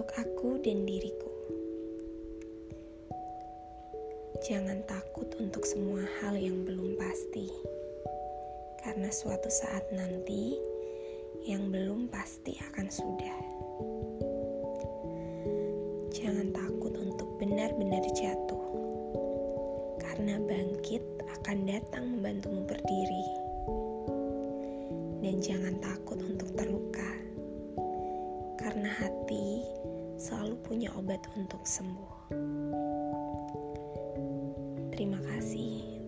Untuk aku dan diriku, jangan takut untuk semua hal yang belum pasti, karena suatu saat nanti yang belum pasti akan sudah. Jangan takut untuk benar-benar jatuh, karena bangkit akan datang membantumu berdiri. Dan jangan takut untuk terluka, karena hati selalu punya obat untuk sembuh. Terima kasih